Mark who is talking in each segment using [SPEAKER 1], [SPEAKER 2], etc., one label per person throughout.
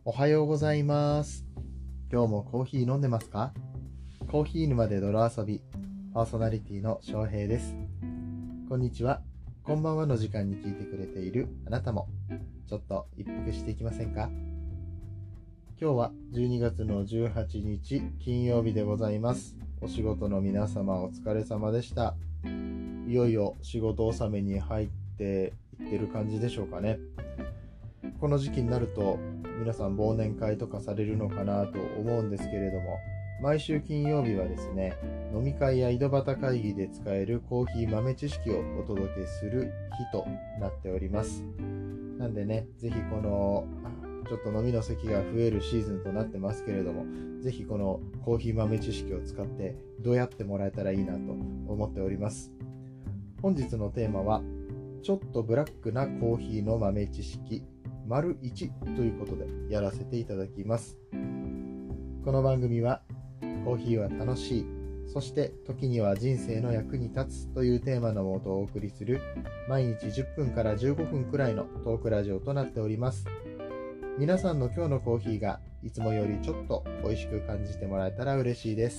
[SPEAKER 1] おはようございます。今日もコーヒー飲んでますか？コーヒー沼で泥遊び、パーソナリティの翔平です。こんにちは、こんばんはの時間に聞いてくれているあなたも、ちょっと一服していきませんか？今日は12月の18日金曜日でございます。お仕事の皆様お疲れ様でした。いよいよ仕事納めに入っていってる感じでしょうかね。この時期になると皆さん忘年会とかされるのかなと思うんですけれども、毎週金曜日はですね、飲み会や井戸端会議で使えるコーヒー豆知識をお届けする日となっております。なんでね、ぜひこのちょっと飲みの席が増えるシーズンとなってますけれども、ぜひこのコーヒー豆知識を使ってどうやってもらえたらいいなと思っております。本日のテーマは、ちょっとブラックなコーヒーの豆知識丸1ということでやらせていただきます。この番組はコーヒーは楽しい、そして時には人生の役に立つというテーマのもとお送りする毎日10分から15分くらいのトークラジオとなっております。皆さんの今日のコーヒーがいつもよりちょっと美味しく感じてもらえたら嬉しいです。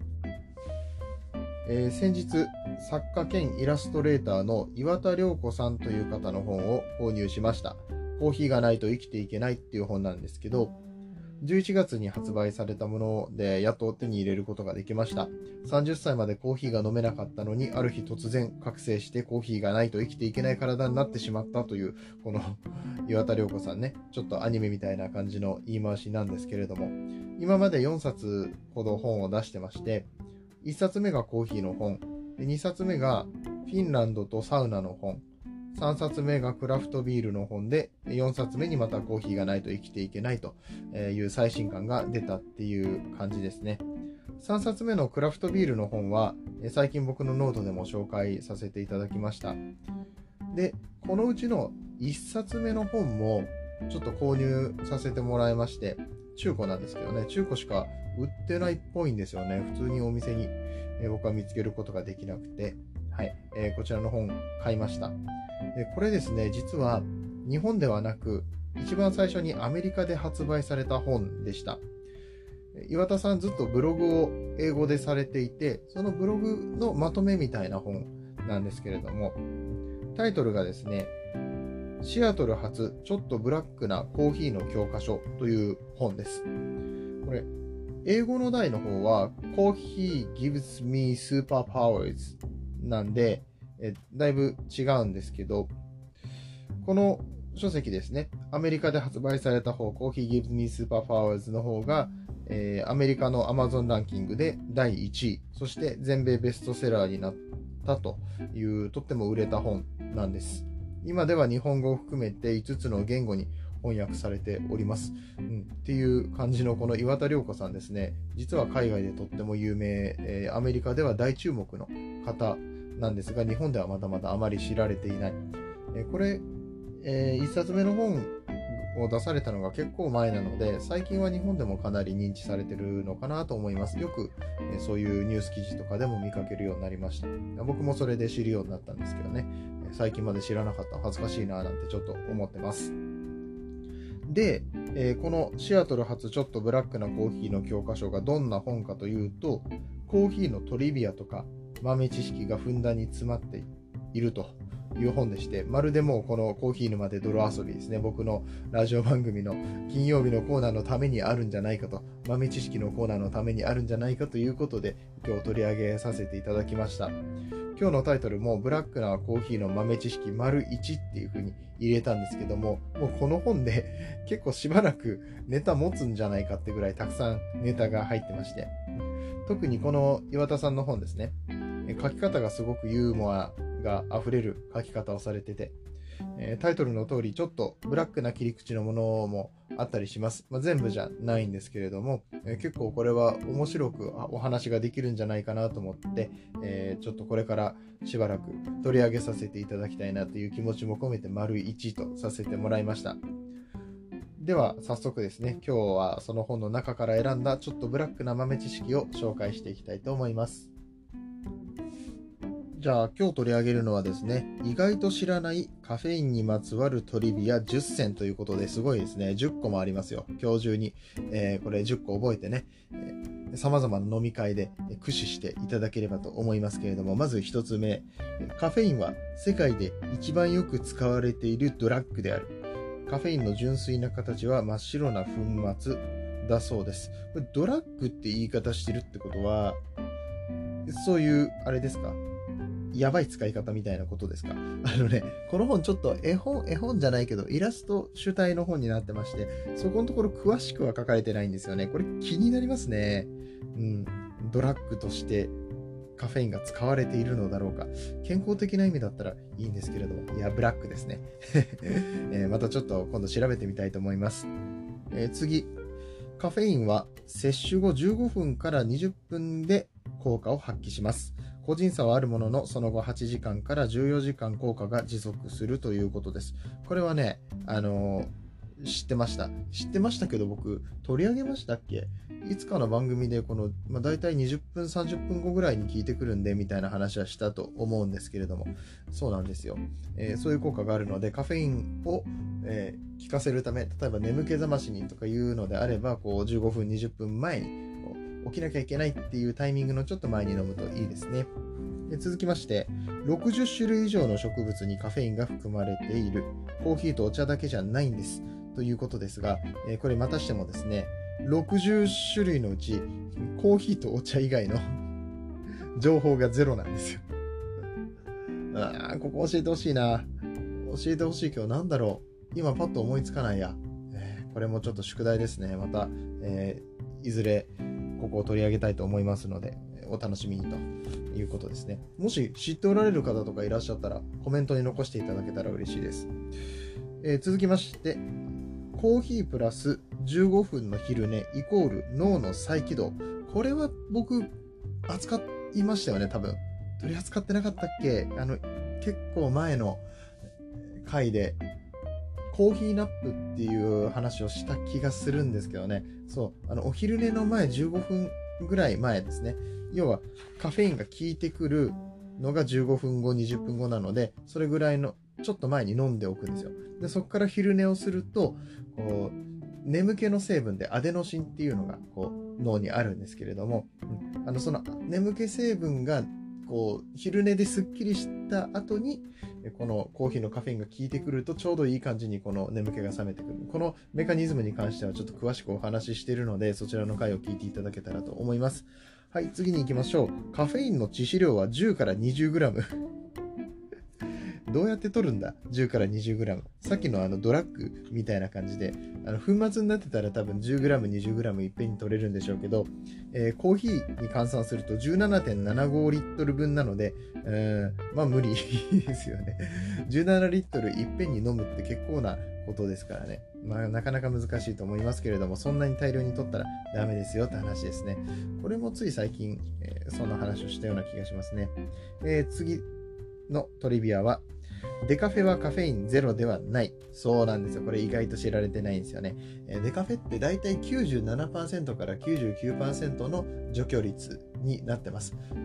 [SPEAKER 1] 先日作家兼イラストレーターの岩田涼子さんという方の本を購入しました。コーヒーがないと生きていけないっていう本なんですけど、11月に発売されたものでやっと手に入れることができました。30歳までコーヒーが飲めなかったのに、ある日突然覚醒してコーヒーがないと生きていけない体になってしまったという、この岩田涼子さんね、ちょっとアニメみたいな感じの言い回しなんですけれども、今まで4冊ほど本を出してまして、1冊目がコーヒーの本、2冊目がフィンランドとサウナの本、3冊目がクラフトビールの本で、4冊目にまたコーヒーがないと生きていけないという最新刊が出たっていう感じですね。3冊目のクラフトビールの本は最近僕のノートでも紹介させていただきました。で、このうちの1冊目の本もちょっと購入させてもらいまして、中古なんですけどね、中古しか売ってないっぽいんですよね。普通にお店に僕は見つけることができなくて、はい、こちらの本買いました。これですね、実は日本ではなく、一番最初にアメリカで発売された本でした。岩田さんずっとブログを英語でされていて、そのブログのまとめみたいな本なんですけれども、タイトルがですね、シアトル発ちょっとブラックなコーヒーの教科書という本です。これ、英語の題の方は Coffee gives me superpowers なんで、だいぶ違うんですけど、この書籍ですね、アメリカで発売された方、Coffee Gives Me Superpowers の方が、アメリカの Amazon ランキングで第1位、そして全米ベストセラーになったというとっても売れた本なんです。今では日本語を含めて5つの言語に翻訳されております、っていう感じのこの岩田涼子さんですね、実は海外でとっても有名、アメリカでは大注目の方なんですが、日本ではまだまだあまり知られていない。これ、1冊目の本を出されたのが結構前なので、最近は日本でもかなり認知されてるのかなと思います。よくそういうニュース記事とかでも見かけるようになりました。僕もそれで知るようになったんですけどね、最近まで知らなかった、恥ずかしいななんてちょっと思ってます。で、このシアトル発ちょっとブラックなコーヒーの教科書がどんな本かというと、コーヒーのトリビアとか豆知識がふんだんに詰まっているという本でして、まるでもうこのコーヒー沼で泥遊びですね、僕のラジオ番組の金曜日のコーナーのためにあるんじゃないかと、豆知識のコーナーのためにあるんじゃないかということで今日取り上げさせていただきました。今日のタイトルもブラックなコーヒーの豆知識丸1っていう風に入れたんですけども、もうこの本で結構しばらくネタ持つんじゃないかってぐらいたくさんネタが入ってまして、特にこの岩田さんの本ですね、書き方がすごくユーモアが溢れる書き方をされてて、タイトルの通りちょっとブラックな切り口のものもあったりします。全部じゃないんですけれども、結構これは面白くお話ができるんじゃないかなと思って、ちょっとこれからしばらく取り上げさせていただきたいなという気持ちも込めて丸1とさせてもらいました。では早速ですね、今日はその本の中から選んだちょっとブラックな豆知識を紹介していきたいと思います。 じゃあ今日取り上げるのはですね、意外と知らないカフェインにまつわるトリビア10選ということですごいですね。10個もありますよ。今日中に、これ10個覚えてね、様々な飲み会で駆使していただければと思いますけれども、まず1つ目、カフェインは世界で一番よく使われているドラッグである。カフェインの純粋な形は真っ白な粉末だそうです。これドラッグって言い方してるってことは、そういうあれですか、やばい使い方みたいなことですか。この本ちょっと絵本じゃないけどイラスト主体の本になってまして、そこのところ詳しくは書かれてないんですよね。これ気になりますね。ドラッグとしてカフェインが使われているのだろうか。健康的な意味だったらいいんですけれども、いやブラックですね。またちょっと今度調べてみたいと思います。次、カフェインは摂取後15分から20分で効果を発揮します。個人差はあるものの、その後8時間から14時間効果が持続するということです。これはね、知ってましたけど、僕取り上げましたっけ？いつかの番組でこの、だいたい20分30分後ぐらいに聞いてくるんでみたいな話はしたと思うんですけれども、そうなんですよ。そういう効果があるので、カフェインを、効かせるため、例えば眠気覚ましにとかいうのであれば、こう15分20分前に起きなきゃいけないっていうタイミングのちょっと前に飲むといいですね。続きまして、60種類以上の植物にカフェインが含まれている。コーヒーとお茶だけじゃないんですということですが、これまたしてもですね、60種類のうちコーヒーとお茶以外の情報がゼロなんですよ。ここ教えてほしいな。教えてほしいけど、なんだろう。今パッと思いつかないや。これもちょっと宿題ですね。また、いずれここを取り上げたいと思いますので、お楽しみにということですね。もし知っておられる方とかいらっしゃったら、コメントに残していただけたら嬉しいです。続きまして、コーヒープラス15分の昼寝イコール脳の再起動。これは僕、扱いましたよね、多分。取り扱ってなかったっけ？結構前の回で、コーヒーナップっていう話をした気がするんですけどね。そう、お昼寝の前15分ぐらい前ですね。要はカフェインが効いてくるのが15分後、20分後なので、それぐらいのちょっと前に飲んでおくんですよ。で、そこから昼寝をすると、こう眠気の成分でアデノシンっていうのがこう脳にあるんですけれども、その眠気成分がこう昼寝ですっきりした後にこのコーヒーのカフェインが効いてくるとちょうどいい感じにこの眠気が覚めてくる。このメカニズムに関してはちょっと詳しくお話ししているので、そちらの回を聞いていただけたらと思います。はい、次に行きましょう。カフェインの致死量は10から 20g どうやって取るんだ ?10 から 20g。さっきのドラッグみたいな感じで、粉末になってたら多分 10g、20g いっぺんに取れるんでしょうけど、コーヒーに換算すると 17.75 リットル分なので、無理ですよね。17リットルいっぺんに飲むって結構なことですからね。なかなか難しいと思いますけれども、そんなに大量に取ったらダメですよって話ですね。これもつい最近、そんな話をしたような気がしますね。次のトリビアは、デカフェはカフェインゼロではない。そうなんですよ。これ意外と知られてないんですよね。デカフェってだいたい 97% から 99% の除去率になってます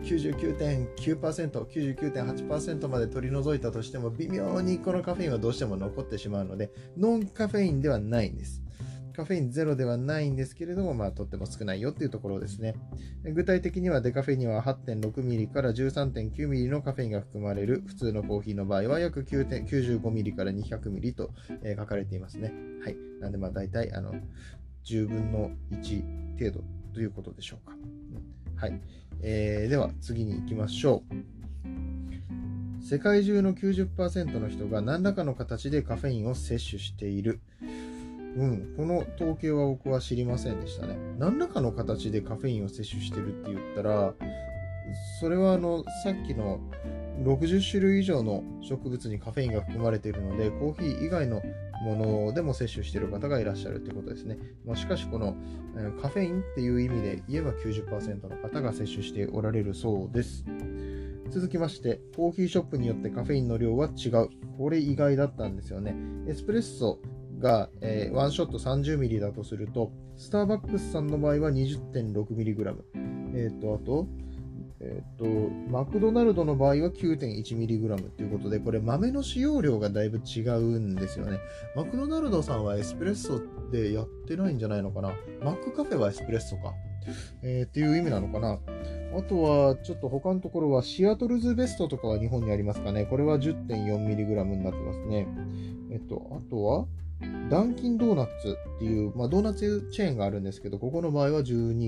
[SPEAKER 1] 。99.9%、99.8% まで取り除いたとしても微妙にこのカフェインはどうしても残ってしまうので、ノンカフェインではないんです。カフェインゼロではないんですけれども、とっても少ないよっていうところですね。具体的にはデカフェには 8.6ml から 13.9ml のカフェインが含まれる。普通のコーヒーの場合は約 95ml から 200ml と書かれていますね。はい。なんでだいたい10分の1程度ということでしょうか。はい。では次に行きましょう。世界中の 90% の人が何らかの形でカフェインを摂取している。この統計は僕は知りませんでしたね。何らかの形でカフェインを摂取してるって言ったら、それはさっきの60種類以上の植物にカフェインが含まれているので、コーヒー以外のものでも摂取している方がいらっしゃるということですね。しかしこのカフェインっていう意味で言えば 90% の方が摂取しておられるそうです。続きまして、コーヒーショップによってカフェインの量は違う。これ意外だったんですよね。エスプレッソが、ワンショット 30ml だとすると、スターバックスさんの場合は 20.6mg。あと、 マクドナルドの場合は 9.1mg ということで、これ豆の使用量がだいぶ違うんですよね。マクドナルドさんはエスプレッソでやってないんじゃないのかな。マックカフェはエスプレッソか。っていう意味なのかな。あとは、ちょっと他のところは、シアトルズベストとかは日本にありますかね。これは 10.4mg になってますね。あとは、ダンキンドーナツっていう、ドーナツチェーンがあるんですけど、ここの場合は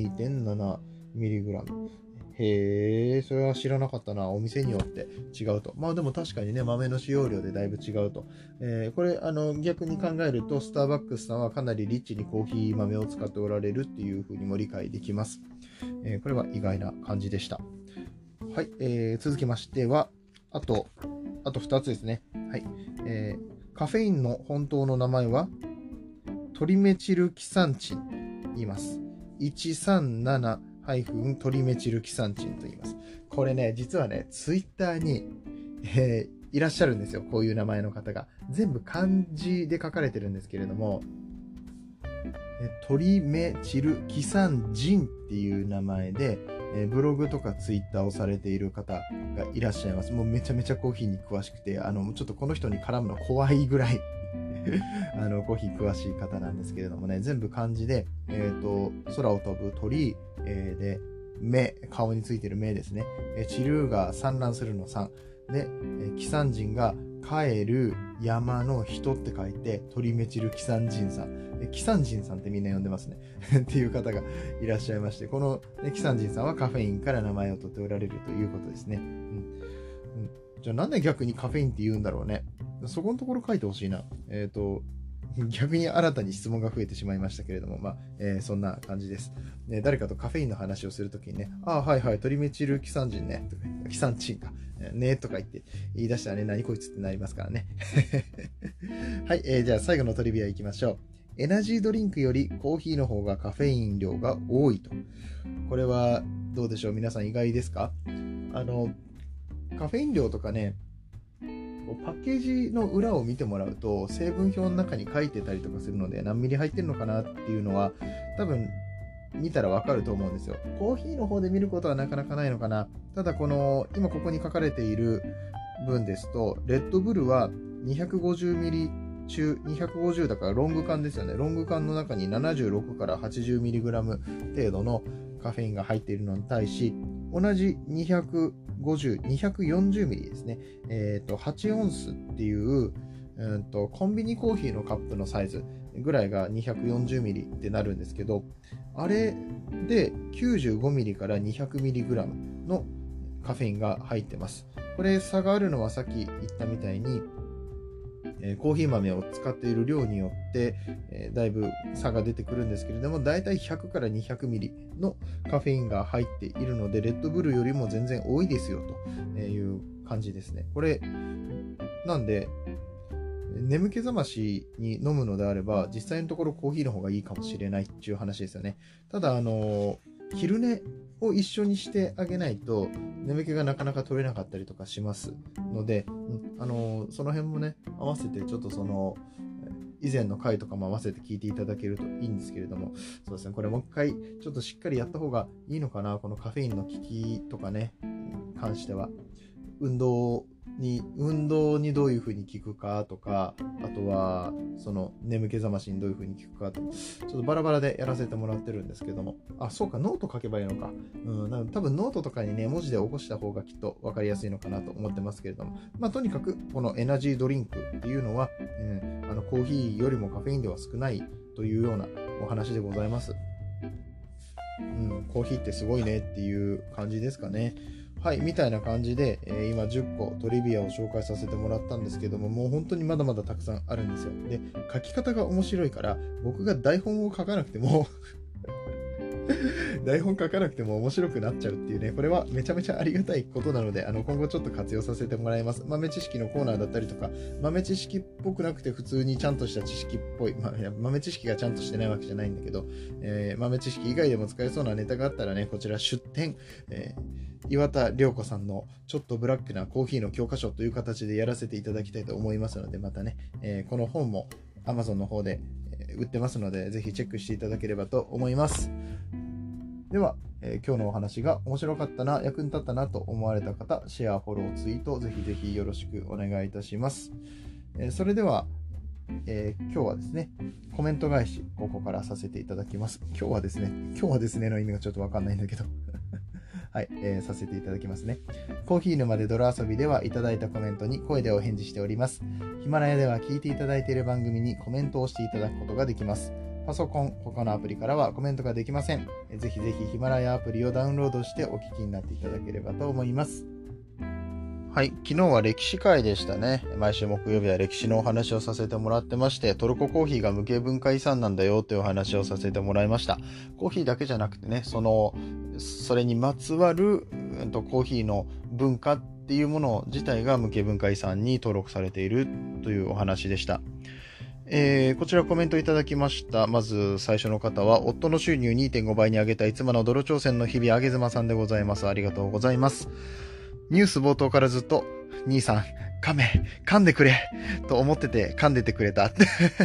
[SPEAKER 1] 12.7mg。へー、それは知らなかったな。お店によって違うと。でも確かにね、豆の使用量でだいぶ違うと。これ、逆に考えると、スターバックスさんはかなりリッチにコーヒー豆を使っておられるっていうふうにも理解できます。これは意外な感じでした。はい、続きましては、あと2つですね。はい。カフェインの本当の名前は、トリメチルキサンチンと言います。137トリメチルキサンチンと言います。これね、実はね、ツイッターに、いらっしゃるんですよ。こういう名前の方が。全部漢字で書かれてるんですけれども、トリメチルキサンジンっていう名前で、ブログとかツイッターをされている方がいらっしゃいます。もうめちゃめちゃコーヒーに詳しくて、ちょっとこの人に絡むの怖いぐらいコーヒー詳しい方なんですけれどもね、全部漢字で、空を飛ぶ鳥、で、目、顔についてる目ですね。チルーが産卵するの産。で、キサンジンが帰る山の人って書いて、トリメチルキサンジン酸。キサンジンさんってみんな呼んでますね。っていう方がいらっしゃいまして、この、キサンジンさんはカフェインから名前を取っておられるということですね。じゃあなんで逆にカフェインって言うんだろうね。そこのところ書いてほしいな。逆に新たに質問が増えてしまいましたけれども、そんな感じです。誰かとカフェインの話をするときにね、はいはい、トリメチルキサンジンね、キサンチンか、ねとか言い出したらね、何こいつってなりますからね。はい、じゃあ最後のトリビアいきましょう。エナジードリンクよりコーヒーの方がカフェイン量が多いと。これはどうでしょう、皆さん意外ですか？カフェイン量とかね、パッケージの裏を見てもらうと成分表の中に書いてたりとかするので、何ミリ入ってるのかなっていうのは多分見たらわかると思うんですよ。コーヒーの方で見ることはなかなかないのかな。ただ今ここに書かれている分ですと、レッドブルは250ミリ中250だからロング缶ですよね。ロング缶の中に76から 80mg 程度のカフェインが入っているのに対し、同じ240ミリですね。8オンスっていう、コンビニコーヒーのカップのサイズぐらいが240ミリってなるんですけど、あれで95ミリから 200mg のカフェインが入ってます。これ差があるのはさっき言ったみたいに、コーヒー豆を使っている量によって、だいぶ差が出てくるんですけれども、だいたい100から200ミリのカフェインが入っているので、レッドブルよりも全然多いですよという感じですね。これなんで眠気覚ましに飲むのであれば、実際のところコーヒーの方がいいかもしれないっていう話ですよね。ただ昼寝を一緒にしてあげないと眠気がなかなか取れなかったりとかしますので、その辺もね合わせてちょっと以前の回とかも合わせて聞いていただけるといいんですけれども、そうですね、これもう一回ちょっとしっかりやった方がいいのかな。このカフェインの効きとかね関しては、運動にどういう風に効くかとか、あとはその眠気覚ましにどういう風に効くかと、ちょっとバラバラでやらせてもらってるんですけども、そうか、ノート書けばいいのか。多分ノートとかにね文字で起こした方がきっと分かりやすいのかなと思ってますけれども、とにかくこのエナジードリンクっていうのは、コーヒーよりもカフェインでは少ないというようなお話でございます。コーヒーってすごいねっていう感じですかね。はい、みたいな感じで、今10個トリビアを紹介させてもらったんですけども、もう本当にまだまだたくさんあるんですよ。で、書き方が面白いから、僕が台本を書かなくても台本書かなくても面白くなっちゃうっていうね、これはめちゃめちゃありがたいことなので、今後ちょっと活用させてもらいます。豆知識のコーナーだったりとか、豆知識っぽくなくて普通にちゃんとした知識っぽい、豆知識がちゃんとしてないわけじゃないんだけど、豆知識以外でも使えそうなネタがあったらね、こちら出展、岩田涼子さんのちょっとブラックなコーヒーの教科書という形でやらせていただきたいと思いますので、またね、この本も Amazon の方で売ってますので、ぜひチェックしていただければと思います。 では、今日のお話が面白かったな、役に立ったなと思われた方、シェア、フォロー、ツイート、ぜひぜひよろしくお願いいたします。それでは、今日はですね、コメント返し、ここからさせていただきます。今日はですねの意味がちょっとわかんないんだけど。はい、させていただきますね。コーヒー沼で泥遊びではいただいたコメントに声でお返事しております。ヒマラヤでは聞いていただいている番組にコメントをしていただくことができます。パソコン、他のアプリからはコメントができません。ぜひぜひヒマラヤアプリをダウンロードしてお聞きになっていただければと思います。はい、昨日は歴史会でしたね。毎週木曜日は歴史のお話をさせてもらってまして、トルココーヒーが無形文化遺産なんだよというお話をさせてもらいました。コーヒーだけじゃなくてね、それにまつわる、コーヒーの文化っていうもの自体が無形文化遺産に登録されているというお話でした。こちらコメントいただきました。まず最初の方は、夫の収入 2.5 倍に上げたい妻の泥挑戦の日々、あげずまさんでございます。ありがとうございます。ニュース冒頭からずっと、兄さん、噛んでくれと思ってて噛んでてくれた。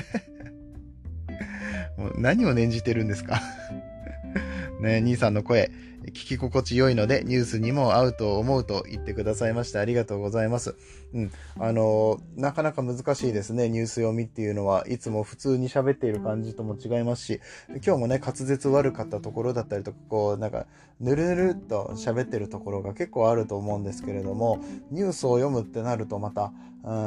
[SPEAKER 1] もう何を念じてるんですかね、兄さんの声、聞き心地良いのでニュースにも合うと思うと言ってくださいましてありがとうございます。なかなか難しいですね。ニュース読みっていうのはいつも普通に喋っている感じとも違いますし、今日もね、滑舌悪かったところだったりとか、ぬるぬるっと喋ってるところが結構あると思うんですけれども、ニュースを読むってなるとまた、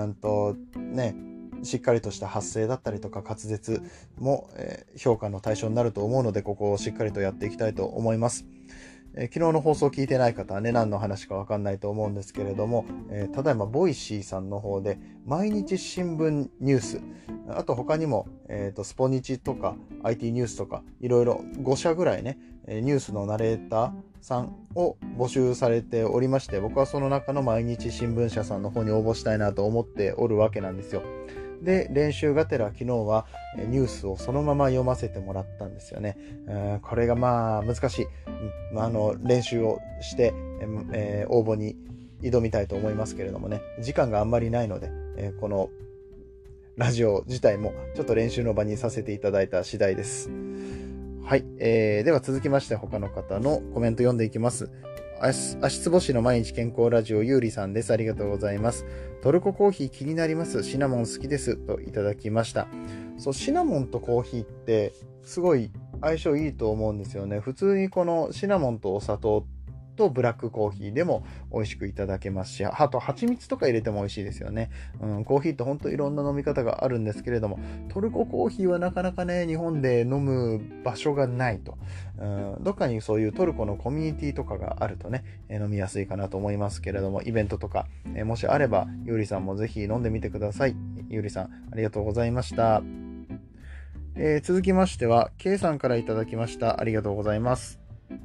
[SPEAKER 1] しっかりとした発声だったりとか滑舌も、評価の対象になると思うので、ここをしっかりとやっていきたいと思います。昨日の放送を聞いてない方はね、何の話か分かんないと思うんですけれども、ただいまボイシーさんの方で毎日新聞ニュース、あと他にも、スポニチとか IT ニュースとかいろいろ5社ぐらいね、ニュースのナレーターさんを募集されておりまして、僕はその中の毎日新聞社さんの方に応募したいなと思っておるわけなんですよ。で、練習がてら昨日はニュースをそのまま読ませてもらったんですよね。これがまあ難しい。練習をして、応募に挑みたいと思いますけれどもね、時間があんまりないので、このラジオ自体もちょっと練習の場にさせていただいた次第です。はい、では続きまして他の方のコメント読んでいきます。足つぼしの毎日健康ラジオゆうりさんです。ありがとうございます。トルココーヒー気になります。シナモン好きですといただきました。そう、シナモンとコーヒーってすごい相性いいと思うんですよね。普通にこのシナモンとお砂糖とブラックコーヒーでも美味しくいただけますし、あと蜂蜜とか入れても美味しいですよね。コーヒーって本当いろんな飲み方があるんですけれども、トルココーヒーはなかなかね、日本で飲む場所がないと。どっかにそういうトルコのコミュニティとかがあるとね、飲みやすいかなと思いますけれども、イベントとか、もしあれば、ゆうりさんもぜひ飲んでみてください。ゆうりさん、ありがとうございました。続きましては、K さんからいただきました。ありがとうございます。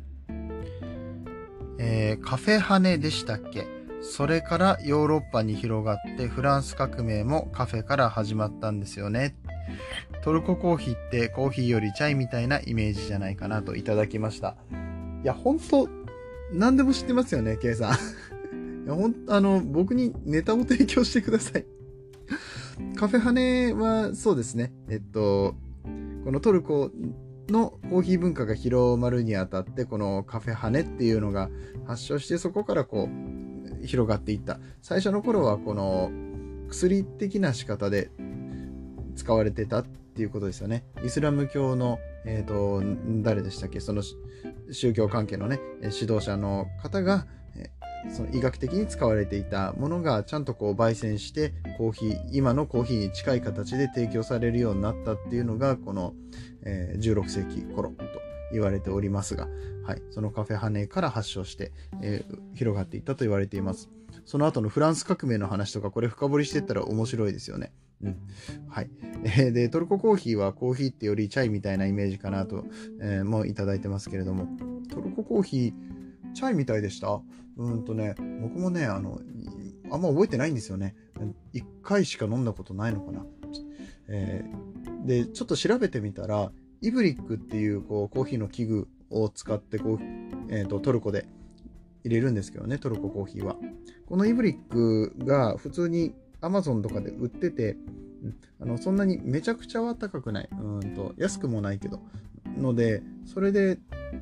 [SPEAKER 1] カフェハネでしたっけ？それからヨーロッパに広がってフランス革命もカフェから始まったんですよね。トルココーヒーってコーヒーよりチャイみたいなイメージじゃないかなといただきました。いや、ほんと、何でも知ってますよね、K さん。いや僕にネタを提供してください。カフェハネはそうですね。このトルコのコーヒー文化が広まるにあたって、このカフェハネっていうのが発祥して、そこからこう広がっていった。最初の頃はこの薬的な仕方で使われてたっていうことですよね。イスラム教の誰でしたっけ、その宗教関係のね指導者の方がその医学的に使われていたものがちゃんとこう焙煎して今のコーヒーに近い形で提供されるようになったっていうのがこの、16世紀頃と言われておりますが、はい、そのカフェハネから発祥して、広がっていったと言われています。その後のフランス革命の話とかこれ深掘りしていったら面白いですよね。はい。で、トルココーヒーはコーヒーってよりチャイみたいなイメージかなと、もういただいてますけれども、トルココーヒーチャイみたいでした。僕もね、あんま覚えてないんですよね。1回しか飲んだことないのかな。で、ちょっと調べてみたら、イブリックっていうコーヒーの器具を使ってトルコで入れるんですけどね、トルココーヒーは。このイブリックが普通に Amazon とかで売ってて、そんなにめちゃくちゃは高くない。安くもないけど。ので、それでね、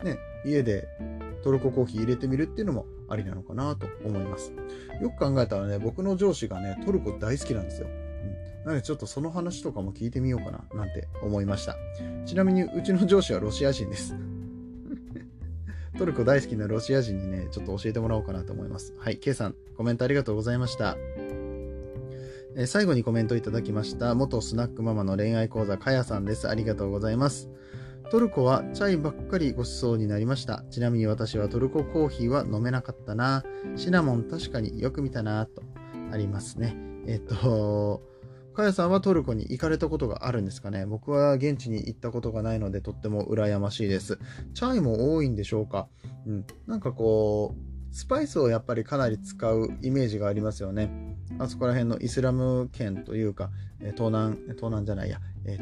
[SPEAKER 1] 家でトルココーヒー入れてみるっていうのもありなのかなと思います。よく考えたらね、僕の上司がね、トルコ大好きなんですよ。なのでちょっとその話とかも聞いてみようかななんて思いました。ちなみにうちの上司はロシア人です。トルコ大好きなロシア人にね、ちょっと教えてもらおうかなと思います。はい、K さん、コメントありがとうございました。最後にコメントいただきました。元スナックママの恋愛講座、かやさんです。ありがとうございます。トルコはチャイばっかりご馳走になりました。ちなみに私はトルココーヒーは飲めなかったな。シナモン確かによく見たなとありますね。かやさんはトルコに行かれたことがあるんですかね。僕は現地に行ったことがないのでとっても羨ましいです。チャイも多いんでしょうか。なんかこうスパイスをやっぱりかなり使うイメージがありますよね。あそこら辺のイスラム圏というか東南じゃないや、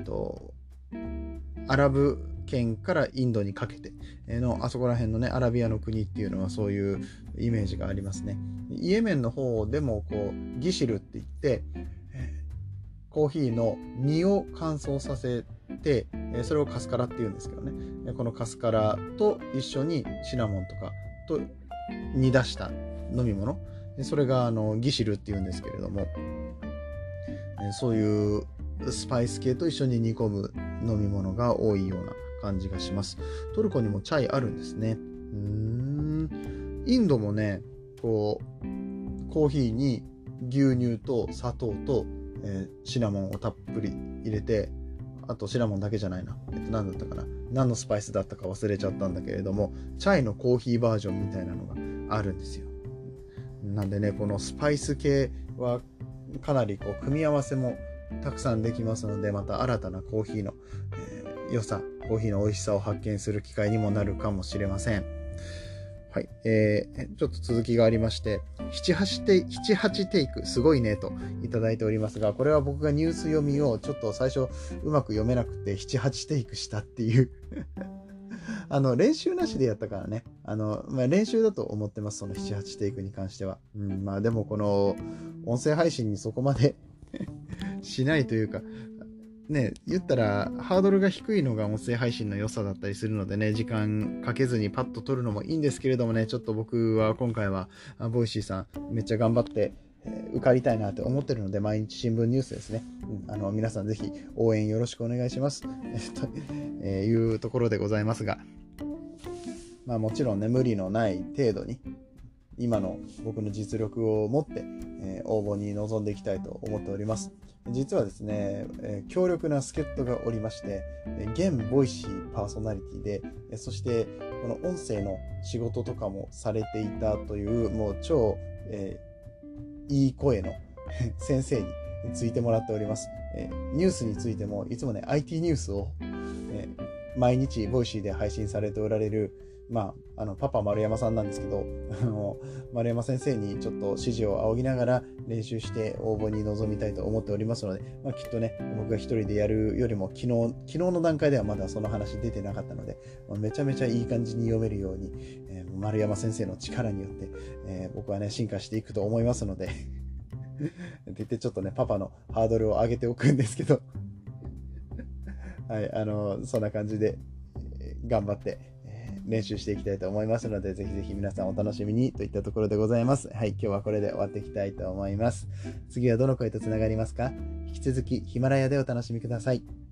[SPEAKER 1] アラブ圏からインドにかけてのあそこら辺のねアラビアの国っていうのはそういうイメージがありますね。イエメンの方でもこうギシルって言ってコーヒーの実を乾燥させてそれをカスカラっていうんですけどね、このカスカラと一緒にシナモンとかと煮出した飲み物、それがギシルっていうんですけれども、そういうスパイス系と一緒に煮込む飲み物が多いような感じがします。トルコにもチャイあるんですね。インドもね、こうコーヒーに牛乳と砂糖と、シナモンをたっぷり入れて、あとシナモンだけじゃないな、何だったかな、何のスパイスだったか忘れちゃったんだけれども、チャイのコーヒーバージョンみたいなのがあるんですよ。なんでね、このスパイス系はかなりこう組み合わせもたくさんできますので、また新たなコーヒーの、良さ、コーヒーの美味しさを発見する機会にもなるかもしれません。はい、ちょっと続きがありまして、7、8テイクすごいねといただいておりますが、これは僕がニュース読みをちょっと最初うまく読めなくて7、8テイクしたっていう練習なしでやったからね、練習だと思ってます、その7、8テイクに関しては。でもこの音声配信にそこまでしないというかね、言ったらハードルが低いのが音声配信の良さだったりするのでね、時間かけずにパッと撮るのもいいんですけれどもね、ちょっと僕は今回はボイシーさんめっちゃ頑張って受かりたいなって思ってるので、毎日新聞ニュースですね、皆さんぜひ応援よろしくお願いしますというところでございますが、もちろんね、無理のない程度に今の僕の実力を持って、応募に臨んでいきたいと思っております。実はですね、強力な助っ人がおりまして、現ボイシーパーソナリティで、そしてこの音声の仕事とかもされていたというもう超、いい声の先生についてもらっております。ニュースについてもいつもね IT ニュースを、毎日ボイシーで配信されておられるパパ丸山さんなんですけど、丸山先生にちょっと指示を仰ぎながら練習して応募に臨みたいと思っておりますので、きっとね、僕が一人でやるよりも昨日の段階ではまだその話出てなかったので、めちゃめちゃいい感じに読めるように、丸山先生の力によって、僕はね進化していくと思いますのでって言ってちょっとねパパのハードルを上げておくんですけどはい、そんな感じで頑張って練習していきたいと思いますので、ぜひぜひ皆さんお楽しみにといったところでございます。はい、今日はこれで終わっていきたいと思います。次はどの声とつながりますか？引き続きヒマラヤでお楽しみください。